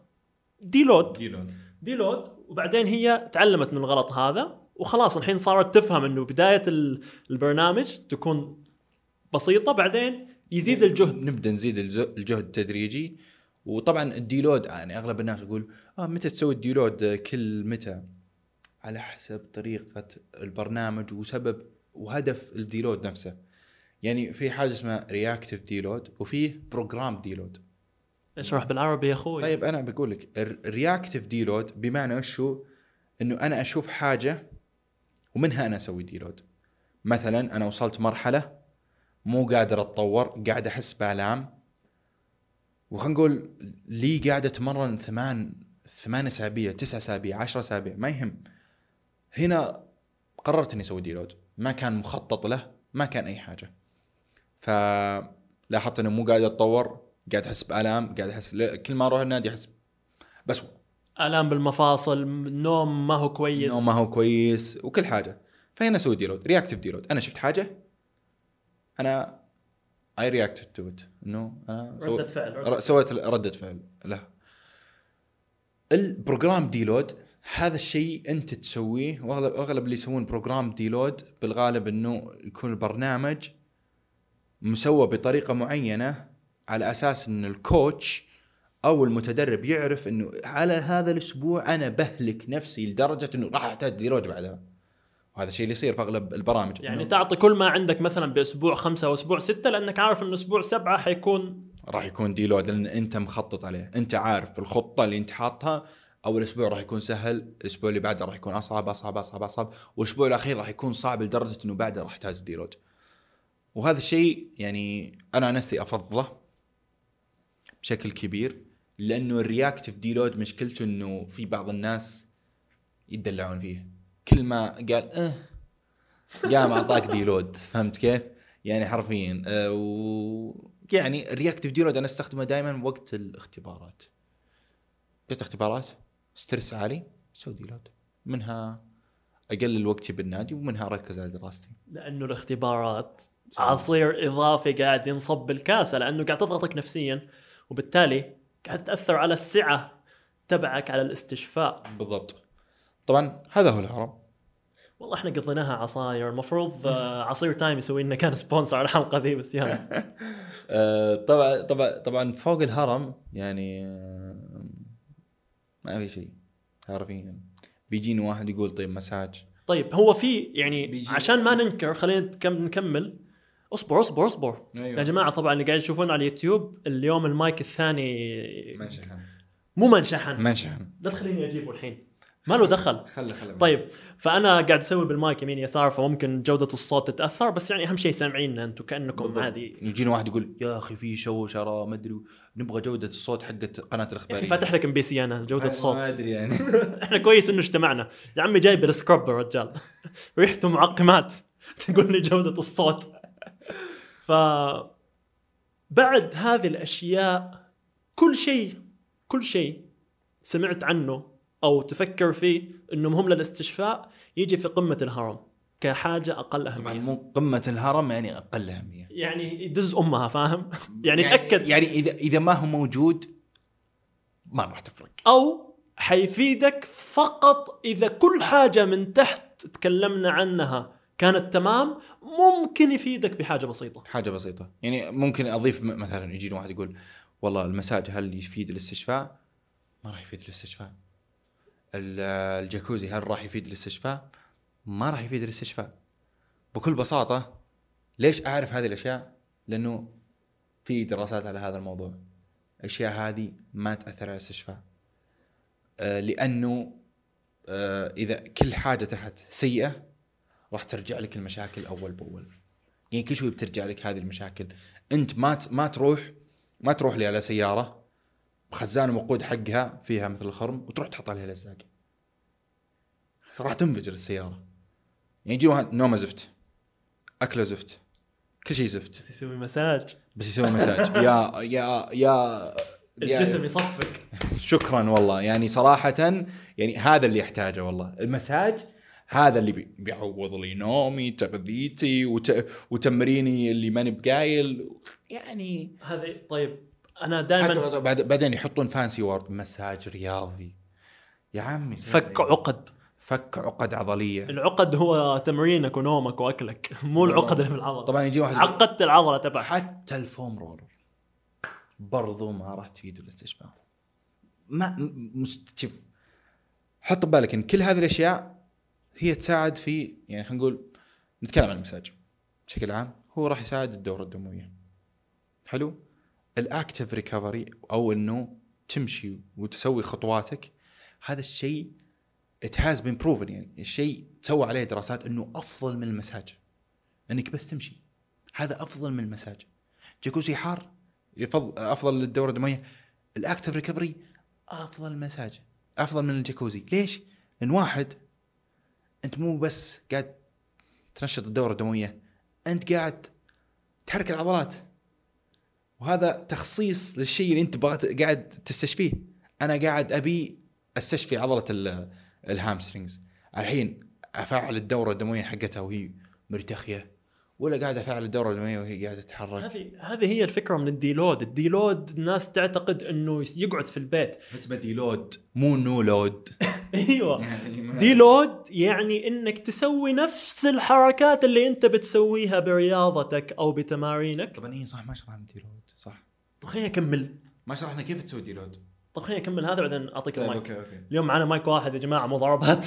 ديلود. وبعدين هي تعلمت من الغلط هذا وخلاص الحين صارت تفهم انه بدايه البرنامج تكون بسيطه، بعدين يزيد الجهد، نبدا نزيد الجهد تدريجي. وطبعا الديلود يعني اغلب الناس يقول متى تسوي الديلود؟ كل متى؟ على حسب طريقه البرنامج وسبب وهدف الديلود نفسه. يعني في حاجه اسمها رياكتيف ديلود وفيه بروجرام ديلود. اشرح بالعربي يا اخوي. طيب انا بقول لك الرياكتيف ديلود بمعنى وشو؟ انه انا اشوف حاجه ومنها انا اسوي ديلود. مثلا انا وصلت مرحله مو قادر اتطور، قاعد احس بالام، وخلينا نقول لي قاعده اتمرن 8 اسابيع 9 اسابيع 10 اسابيع ما يهم. هنا قررت اني اسوي ديلود، ما كان مخطط له، ما كان اي حاجه. فلاحظت انه مو قاعد اتطور، قاعد احس بالام، قاعد احس كل ما اروح النادي احس بس الام بالمفاصل، النوم ما هو كويس وكل حاجه. فهنا اسوي ديلود، رياكتيف ديلود. انا شفت حاجه، انا اي رياكتد تو ات، انه انا سويت ردة فعل. لا، البروجرام ديلود هذا الشيء انت تسويه، واغلب اللي يسوون بروجرام ديلود بالغالب انه يكون البرنامج مسوى بطريقه معينه على اساس ان الكوتش او المتدرب يعرف انه على هذا الاسبوع انا بهلك نفسي لدرجه انه راح احتاج ديلود بعدها. وهذا الشيء اللي يصير في اغلب البرامج، يعني تعطي كل ما عندك مثلا باسبوع 5 واسبوع 6، لانك عارف انه اسبوع 7 راح يكون ديلود، لان انت مخطط عليه، انت عارف في الخطه اللي انت حاطها اول اسبوع راح يكون سهل، الاسبوع اللي بعده راح يكون اصعب، والاسبوع الاخير راح يكون صعب لدرجه انه بعده راح يحتاج ديلود. وهذا الشيء يعني انا نفسي افضله بشكل كبير، لانه الرياكتيف ديلود مشكلته انه في بعض الناس يدلعون فيه، كل ما قال قام اعطاك ديلود، فهمت كيف؟ يعني حرفيا. يعني الرياكتيف ديلود انا استخدمه دائما وقت الاختبارات. جت اختبارات ستريس عالي، سوي ديلود، منها اقلل وقتي بالنادي ومنها اركز على دراستي. لانه الاختبارات عصير اضافي قاعد ينصب بالكاسه، لانه قاعد تضغطك نفسيا، وبالتالي قاعد تاثر على السعه تبعك على الاستشفاء. بالضبط. طبعا هذا هو الهرم. والله احنا قضيناها عصاير، المفروض عصير تايم يسوي لنا كان سبونسر على الحلقه ذي، بس يلا. طبعا فوق الهرم يعني ما في شيء، عارفين بيجيني واحد يقول طيب مساج. طيب هو في يعني عشان ما ننكر خلينا نكمل. اصبر أيوة. يا جماعه، طبعا اللي قاعد يشوفون على اليوتيوب اليوم المايك الثاني ما انشحن. لا تخليني اجيبه الحين، ما له دخل. خله. طيب فانا قاعد اسوي بالمايك يمين يسار، فممكن جوده الصوت تتاثر، بس يعني اهم شيء سامعيننا انتم كانكم بالضبط. عادي. يجينا واحد يقول يا اخي في شوشره ما ادري، نبغى جوده الصوت حقت قناه الاخباريه. فاتح لك ام بي سي انا جوده الصوت ما ادري يعني. احنا كويس انه اجتمعنا يا عمي، جايب السكرب رجال ريحته معقمات تقول لي جوده الصوت. بعد هذه الاشياء كل شيء سمعت عنه او تفكر فيه انه مهم للاستشفاء يجي في قمه الهرم كحاجه اقل اهميه. طبعا مو قمه الهرم يعني اقل اهميه، يعني يدز امها، فاهم؟ يعني تاكد يعني اذا ما هو موجود ما راح تفرق، او حيفيدك فقط اذا كل حاجه من تحت تكلمنا عنها كانت تمام. ممكن يفيدك بحاجه بسيطه، يعني ممكن اضيف مثلا يجي واحد يقول والله المساج هل يفيد الاستشفاء؟ ما راح يفيد الاستشفاء. الجاكوزي هل راح يفيد الاستشفاء؟ ما راح يفيد الاستشفاء. بكل بساطه ليش اعرف هذه الاشياء؟ لانه في دراسات على هذا الموضوع. الأشياء هذه ما تأثر على الاستشفاء، لأنه إذا كل حاجة تحت سيئة راح ترجع لك المشاكل أول بأول. يعني كل شوي بترجع لك هذه المشاكل. أنت ما تروح لي على سيارة بخزان وقود حقها فيها مثل الخرم وتروح تحط عليها لزاق، راح تنفجر السيارة. يعني يجي واحد نومه زفت، أكله زفت، كل شيء زفت، بس يسوي مساج يا الجسم يصفق. شكرا والله، يعني صراحة يعني هذا اللي يحتاجه والله المساج. هذا اللي بيعوض لي نومي، تغذيتي وتمريني اللي ماني بقايل يعني. هذه طيب أنا دائما بعدين يحطون فانسي وورد مساج رياضي. يا عمي فك عقد عضلية. العقد هو تمرينك ونومك وأكلك، مو العقد اللي في العضلة. طبعا يجي واحد عقدت العضلة تبعك. حتى الفوم رولر برضو ما راح تفيد الاستشفاء. ما مستشف. حط بالك ان كل هذه الاشياء هي تساعد في، يعني خلينا نقول نتكلم عن المساج بشكل عام، هو راح يساعد الدورة الدموية. حلو. الاكتيف ريكفري او انه تمشي وتسوي خطواتك، هذا الشيء it has been proven، يعني الشيء تسوى عليه دراسات انه افضل من المساج. انك بس تمشي هذا افضل من المساج. جاكوزي حار افضل للدورة الدموية. الاكتيف ريكفري افضل المساج، افضل من الجاكوزي. ليش؟ لان واحد انت مو بس قاعد تنشط الدورة الدموية، انت قاعد تحرك العضلات، وهذا تخصيص للشيء اللي انت قاعد تستشفيه. انا قاعد ابي استشفي عضلة الهامسترينجز، الحين افعل الدورة الدموية حقتها وهي مرتخية، ولا قاعد افعل الدورة الدموية وهي قاعدة تتحرك؟ هذه هي الفكرة من الديلود. الناس تعتقد انه يقعد في البيت. اسمه ديلود مو نولود. ايوه ديلود يعني انك تسوي نفس الحركات اللي انت بتسويها برياضتك او بتمارينك. طبعا ايه صح، ما شرحنا ديلود صح. طب خلينا نكمل، ما شرحنا كيف تسوي ديلود. طب خلينا نكمل هذا بعدين اعطيك المايك. أوكي. اليوم معنا مايك واحد يا جماعة، مو ضربات.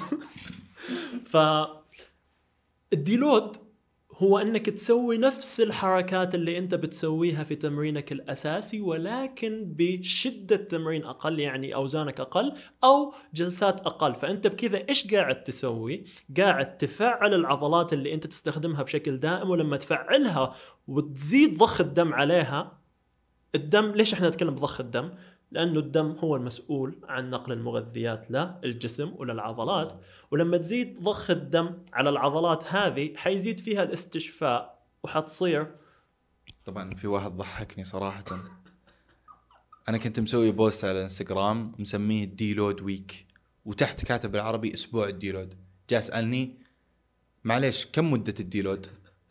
الديلود هو انك تسوي نفس الحركات اللي انت بتسويها في تمرينك الاساسي، ولكن بشدة تمرين اقل، يعني اوزانك اقل او جلسات اقل. فانت بكذا ايش قاعد تسوي؟ قاعد تفعل العضلات اللي انت تستخدمها بشكل دائم، ولما تفعلها وتزيد ضخ الدم عليها. الدم ليش احنا نتكلم بضخ الدم؟ لأنه الدم هو المسؤول عن نقل المغذيات للجسم وللعضلات، ولما تزيد ضخ الدم على العضلات هذه حيزيد فيها الاستشفاء وحتصير. طبعا في واحد ضحكني صراحة. أنا كنت مسوي بوست على انستغرام مسميه ديلود ويك، وتحت كاتب بالعربي أسبوع الديلود. جاء سألني معليش كم مدة الديلود؟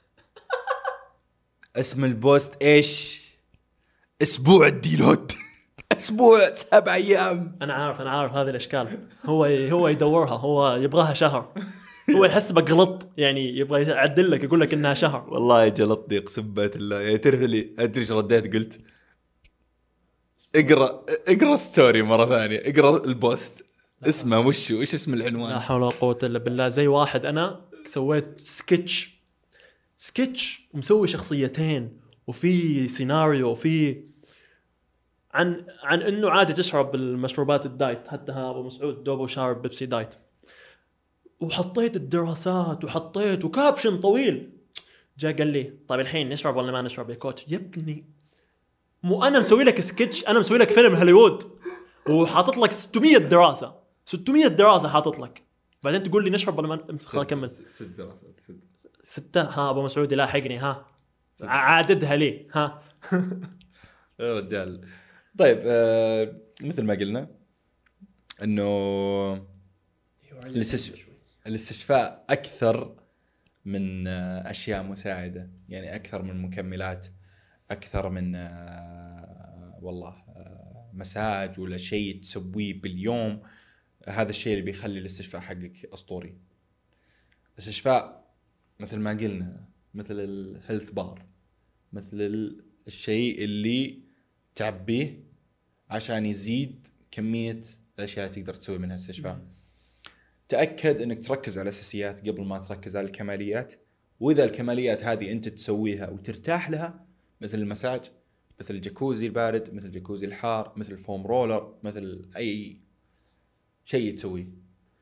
اسم البوست إيش؟ أسبوع الديلود. أسبوع 7 أيام. أنا عارف هذه الأشكال. هو يدورها، هو يبغاها شهر. هو يحسبك غلط، يعني يبغى يعدل لك، يقول لك إنها شهر. والله جلطني اقسم بالله. يعني تعرف اللي أدري إيش رديت؟ قلت اقرأ ستوري مرة ثانية، اقرأ البوست اسمه وش اسم العنوان. لا حول ولا قوة إلا بالله. زي واحد أنا سويت سكتش ومسوي شخصيتين وفي سيناريو وفي عن انه عادي تشرب المشروبات الدايت. حتى ابو مسعود دوبه شارب بيبسي دايت، وحطيت الدراسات وحطيت وكابشن طويل. جاء قال لي طيب الحين نشرب ولا ما نشرب يا كوتش؟ يا ابني مو انا مسوي لك سكتش، انا مسوي لك فيلم هوليوود وحاطط لك 600 دراسه حاطط لك، بعدين تقول لي نشرب ولا ما؟ خلينا نكمل. 6 دراسات 6. ها ابو مسعود لاحقني، ها عاددها لي ها. يا رجال. طيب مثل ما قلنا انه الاستشفاء اكثر من اشياء مساعده، يعني اكثر من مكملات، اكثر من والله مساج ولا شيء تسويه باليوم. هذا الشيء اللي بيخلي الاستشفاء حقك اسطوري. الاستشفاء مثل ما قلنا مثل الهيلث بار، مثل الشيء اللي تعبيه عشان يزيد كمية الأشياء اللي تقدر تسوي منها استشفاء. تأكد أنك تركز على الأساسيات قبل ما تركز على الكماليات، وإذا الكماليات هذه أنت تسويها وترتاح لها مثل المساج، مثل الجاكوزي البارد، مثل الجاكوزي الحار، مثل الفوم رولر، مثل اي شيء تسويه.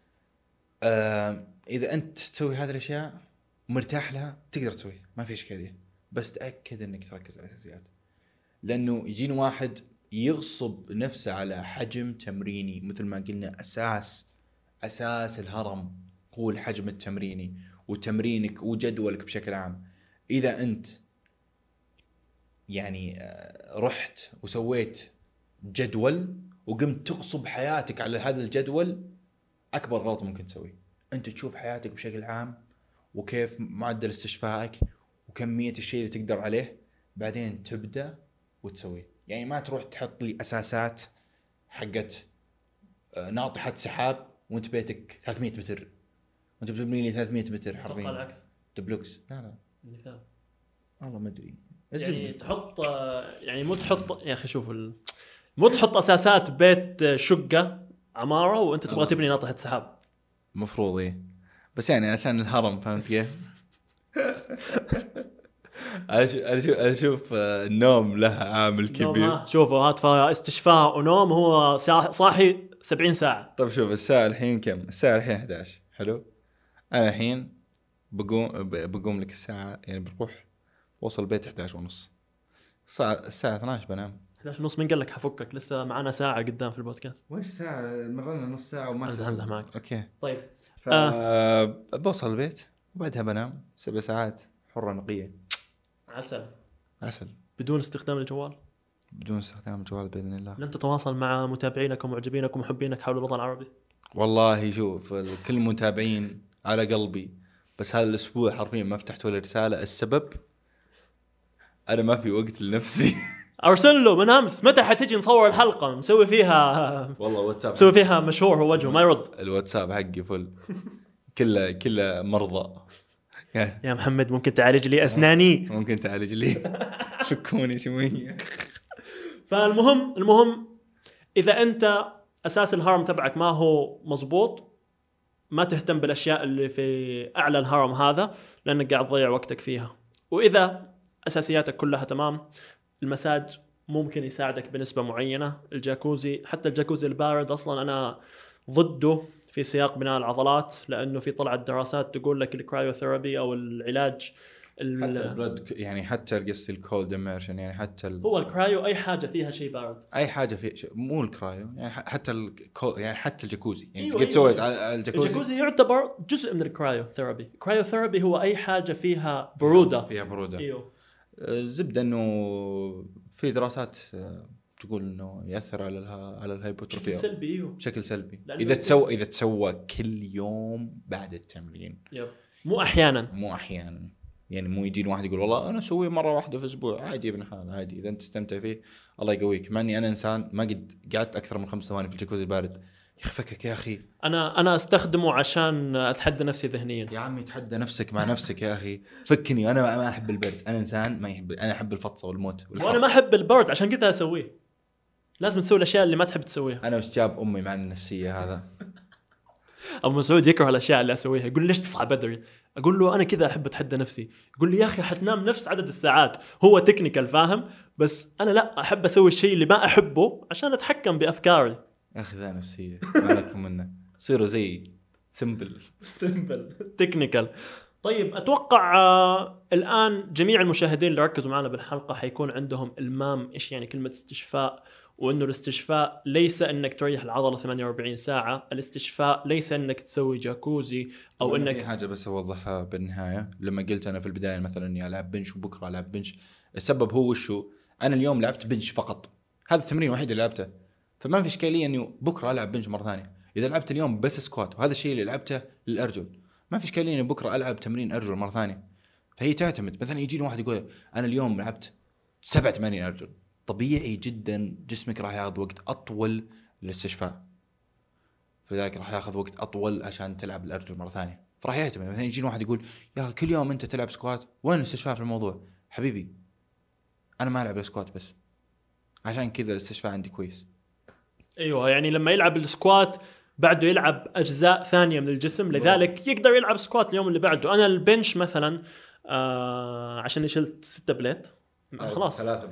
اذا انت تسوي هذه الاشياء مرتاح لها تقدر تسويها، ما في اشكاليه، بس تاكد انك تركز على الاساسيات. لانه يجيني واحد يغصب نفسه على حجم تمريني، مثل ما قلنا اساس الهرم هو الحجم التمريني وتمرينك وجدولك بشكل عام. اذا انت يعني رحت وسويت جدول وقمت تغصب حياتك على هذا الجدول، اكبر غلط ممكن تسويه. انت تشوف حياتك بشكل عام وكيف معدل استشفائك وكمية الشيء اللي تقدر عليه، بعدين تبدأ وتسويه. يعني ما تروح تحط لي أساسات حقت ناطحة سحاب وانت بيتك 300 متر وانت بتبني لي 300 متر حرفيا. العكس دبلوكس. لا مثال والله ما ادري. يعني تحط يعني مو تحط يا اخي شوف مو تحط اساسات بيت شقه عماره وانت تبغى تبني ناطحه سحاب. مفروض ايه، بس يعني عشان الهرم فهمت كيف. أشوف النوم له عامل كبير. شوفوا هات استشفاء ونوم، هو صاحي 70 ساعة. طيب شوف الساعة الحين كم؟ الساعة الحين 11. حلو. أنا الحين بقوم لك الساعة، يعني بروح وصل البيت 11 ونص. الساعة 12 بنام. 11 ونص من قال لك حفكك؟ لسه معنا ساعة قدام في البودكاست. وش ساعة؟ مرنا نص ساعة وما أمزح معك. أوكي طيب بوصل البيت وبعدها بنام 7 ساعات حرة نقية. عسل بدون استخدام الجوال. بدون استخدام الجوال بإذن الله. لن تتواصل مع متابعينك ومعجبينك ومحبينك حول الوطن العربي؟ والله شوف كل المتابعين على قلبي، بس هذا الأسبوع حرفيا ما فتحت ولا رسالة. السبب أنا ما في وقت لنفسي. أرسل له من أمس متى حتيجي نصور الحلقة، مسوي فيها والله واتساب مسوي فيها مشهور هو وجهه ما يرد. الواتساب حقي فل كله مرضى. يا محمد ممكن تعالج لي أسناني؟ ممكن تعالج لي شكوني شوية. فالمهم إذا أنت أساس الهرم تبعك ما هو مزبوط، ما تهتم بالأشياء اللي في أعلى الهرم هذا لأنك قاعد تضيع وقتك فيها. وإذا أساسياتك كلها تمام، المساج ممكن يساعدك بنسبة معينة. الجاكوزي، حتى الجاكوزي البارد أصلا أنا ضده في سياق بناء العضلات، لأنه في طلعت دراسات تقول لك الكرايوثيرابي أو العلاج حتى البلد، يعني حتى القصة الكولد اميرشن، يعني حتى هو الكرايو أي حاجة فيها شيء بارد، أي حاجة فيها مو الكرايو، يعني حتى يعني حتى الجاكوزي، يعني قد سويت على الجاكوزي يعتبر جزء من الكرايوثيرابي. الكرايوثيرابي هو أي حاجة فيها برودة. أيوه. الزبدة إنه في دراسات تقول إنه يأثر على الهايبوتروفيا بشكل سلبي إذا تسوى كل يوم بعد التمرين. مو أحيانا، يعني مو يجين واحد يقول والله أنا أسويه مرة واحدة في الأسبوع، عادي ابن حال، عادي إذا أنت تستمتع فيه الله يقويك. مع إني أنا إنسان ما قد قعدت أكثر من 5 ثواني في الجاكوزي البارد يخفكك يا أخي. أنا أستخدمه عشان أتحدى نفسي ذهنيا. يا عمي تحدى نفسك مع نفسك يا أخي، فكني أنا ما أحب البرد، أنا إنسان ما يحب، أنا أحب الفطسة والموت وأنا ما أحب البرد عشان كذا أسويه. لازم تسوي الأشياء اللي ما تحب تسويها. أنا وش جاب أمي مع النفسية هذا. أبو مسعود يكره الأشياء اللي أسويها، يقول ليش تصحى بدري؟ أقول له أنا كذا أحب أتحدى نفسي. يقول لي يا أخي حتنام نفس عدد الساعات. هو تكنيكال فاهم، بس أنا لا أحب أسوي الشيء اللي ما أحبه عشان أتحكم بأفكاري. يا أخي ذا نفسية ما لكم منه، صيروا زي سمبل تكنيكال. طيب أتوقع الآن جميع المشاهدين اللي ركزوا معنا بالحلقة حيكون عندهم إلمام إيش يعني كلمة استشفاء، وإنه الاستشفاء ليس إنك تريح العضلة 48 ساعة. الاستشفاء ليس إنك تسوي جاكوزي أو إنك في حاجة بس أوضحها بالنهاية. لما قلت أنا في البداية مثلا إني ألعب بنش وبكرة ألعب بنش، السبب هو شو؟ أنا اليوم لعبت بنش فقط، هذا التمرين الوحيد اللي لعبته، فما في إشكالية إنه بكرة ألعب بنش مرة ثانية. إذا لعبت اليوم بس سكوات وهذا الشيء اللي لعبته للأرجل، ما في إشكالية إنه بكرة ألعب تمرين أرجل مرة ثانية. فهي تعتمد. مثلا يجيني واحد يقول أنا اليوم لعبت 7 تمارين أرجل، طبيعي جدا جسمك راح ياخذ وقت أطول للاستشفاء، فلذلك راح ياخذ وقت أطول عشان تلعب الأرجل مرة ثانية. فراح يعتمد. مثلا يجيني واحد يقول يا كل يوم أنت تلعب سكوات، وين الاستشفاء في الموضوع؟ حبيبي أنا ما ألعب السكوات بس، عشان كذا الاستشفاء عندي كويس. أيوة، يعني لما يلعب السكوات بعده يلعب أجزاء ثانية من الجسم، لذلك يقدر يلعب سكوات اليوم اللي بعده. أنا البنش مثلا عشان شلت 6 بليت خلاص 3 بليت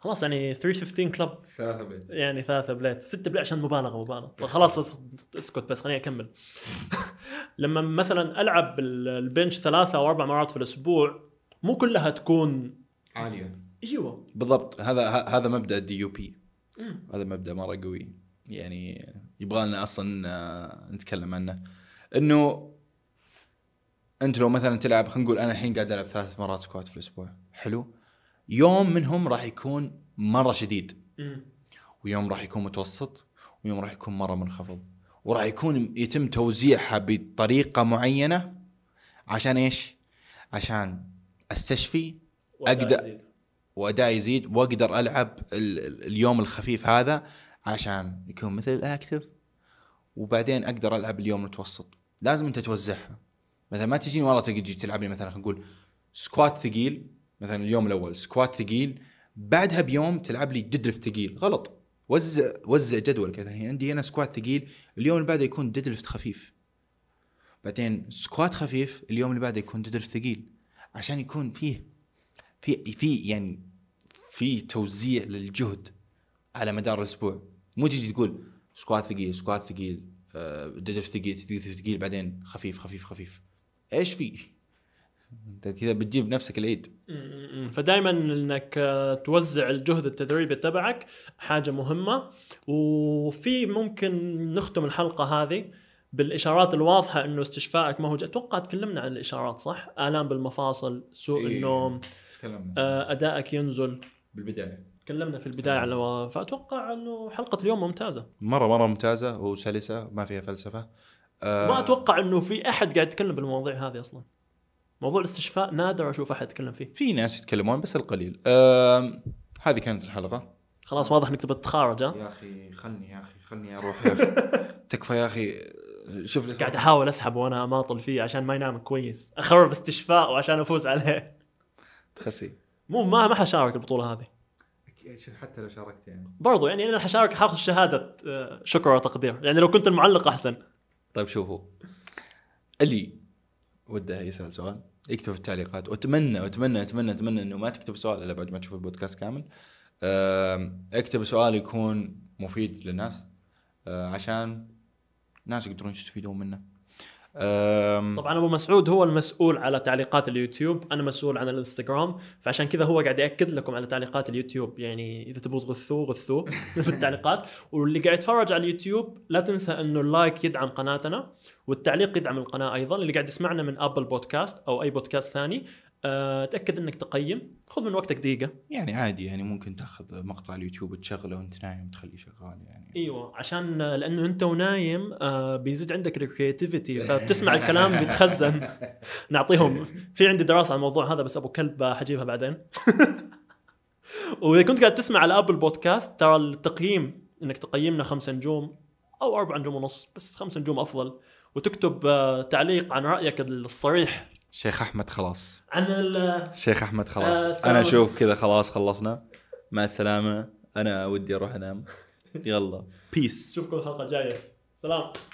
خلاص يعني 315 كلب 3 بليت يعني 3 بليت 6 بليت عشان مبالغه. طيب خلاص اسكت بس خليني اكمل. لما مثلا العب البنش 3 أو 4 مرات في الاسبوع مو كلها تكون عاليه. ايوه بالضبط. هذا مبدا الدي يو بي. هذا مبدا مره قوي يعني يبغى لنا اصلا نتكلم عنه. انه انت لو مثلا تلعب، خلينا نقول انا الحين قاعد العب 3 مرات سكوات في الاسبوع، حلو، يوم منهم راح يكون مره شديد، ويوم راح يكون متوسط، ويوم راح يكون مره منخفض، وراح يكون يتم توزيعها بطريقه معينه. عشان ايش؟ عشان استشفي، اقدر واداء يزيد، واقدر العب اليوم الخفيف هذا عشان يكون مثل الاكتف، وبعدين اقدر العب اليوم المتوسط. لازم انت توزعها. مثلا ما تجيني والله تجي تلعب لي مثلا خلينا نقول سكوات ثقيل، مثلا اليوم الاول سكوات ثقيل، بعدها بيوم تلعب لي ديدليفت ثقيل. غلط. وزع جدول كذا. يعني عندي انا سكوات ثقيل، اليوم اللي بعده يكون ديدليفت خفيف، بعدين سكوات خفيف، اليوم اللي بعده يكون ديدليفت ثقيل، عشان يكون يعني في توزيع للجهد على مدار الاسبوع. مو تجي تقول سكوات ثقيل سكوات ثقيل ديدليفت ثقيل بعدين خفيف خفيف خفيف. ايش في انت كذا بتجيب نفسك العيد. فدائما انك توزع الجهد التدريبي تبعك حاجه مهمه. وفي ممكن نختم الحلقه هذه بالاشارات الواضحه انه استشفائك ما هو اتوقع تكلمنا عن الاشارات صح؟ الام بالمفاصل، سوء النوم، ادائك ينزل بالبدايه، تكلمنا في البدايه على. فاتوقع انه حلقه اليوم ممتازه، مره ممتازه وسلسه ما فيها فلسفه. ما اتوقع انه في احد قاعد يتكلم بالمواضيع هذه اصلا. موضوع الاستشفاء نادر اشوف احد يتكلم فيه. في ناس يتكلمون بس القليل. هذه كانت الحلقه. خلاص واضح انك تبي تتخارج. يا اخي خلني اروح يا اخي. تكفى يا اخي. شوف لي قاعد احاول اسحب وانا ماطل فيه عشان ما ينام كويس، اخرب استشفاء وعشان افوز عليه. تخسي مو ما حشارك البطوله هذه حتى لو شاركت يعني برضو. يعني انا حشارك حاخذ شهاده شكر وتقدير. يعني لو كنت المعلق احسن. طيب شوفوا، اللي وده يسأل سؤال يكتب في التعليقات. واتمنى انه ما تكتب سؤال الا بعد ما تشوف البودكاست كامل. اكتب سؤال يكون مفيد للناس، عشان الناس يقدرون يستفيدون منه. طبعا ابو مسعود هو المسؤول على تعليقات اليوتيوب، انا مسؤول عن الانستغرام، فعشان كذا هو قاعد ياكد لكم على تعليقات اليوتيوب. يعني اذا تبغوا غثوه في التعليقات. واللي قاعد يتفرج على اليوتيوب لا تنسى انه اللايك يدعم قناتنا، والتعليق يدعم القناه ايضا. اللي قاعد يسمعنا من ابل بودكاست او اي بودكاست ثاني، تاكد انك تقيم، خذ من وقتك دقيقه. يعني عادي، يعني ممكن تاخذ مقطع اليوتيوب وتشغله وانت نايم تخليه شغال يعني. ايوه عشان لانه انت ونايم بيزيد عندك الكرياتيفيتي، فبتسمع الكلام بيتخزن. نعطيهم في عندي دراسه عن الموضوع هذا بس ابو كلب حجيبها بعدين. واذا كنت قاعد تسمع على ابل بودكاست، ترى التقييم انك تقيمنا 5 نجوم او 4 نجوم ونص، بس 5 نجوم افضل، وتكتب تعليق عن رايك الصريح. شيخ احمد خلاص عن شيخ احمد خلاص. انا اشوف كذا خلاص خلصنا، مع السلامه، انا ودي اروح انام. يلا بيس، اشوفكم الحلقه الجايه. سلام.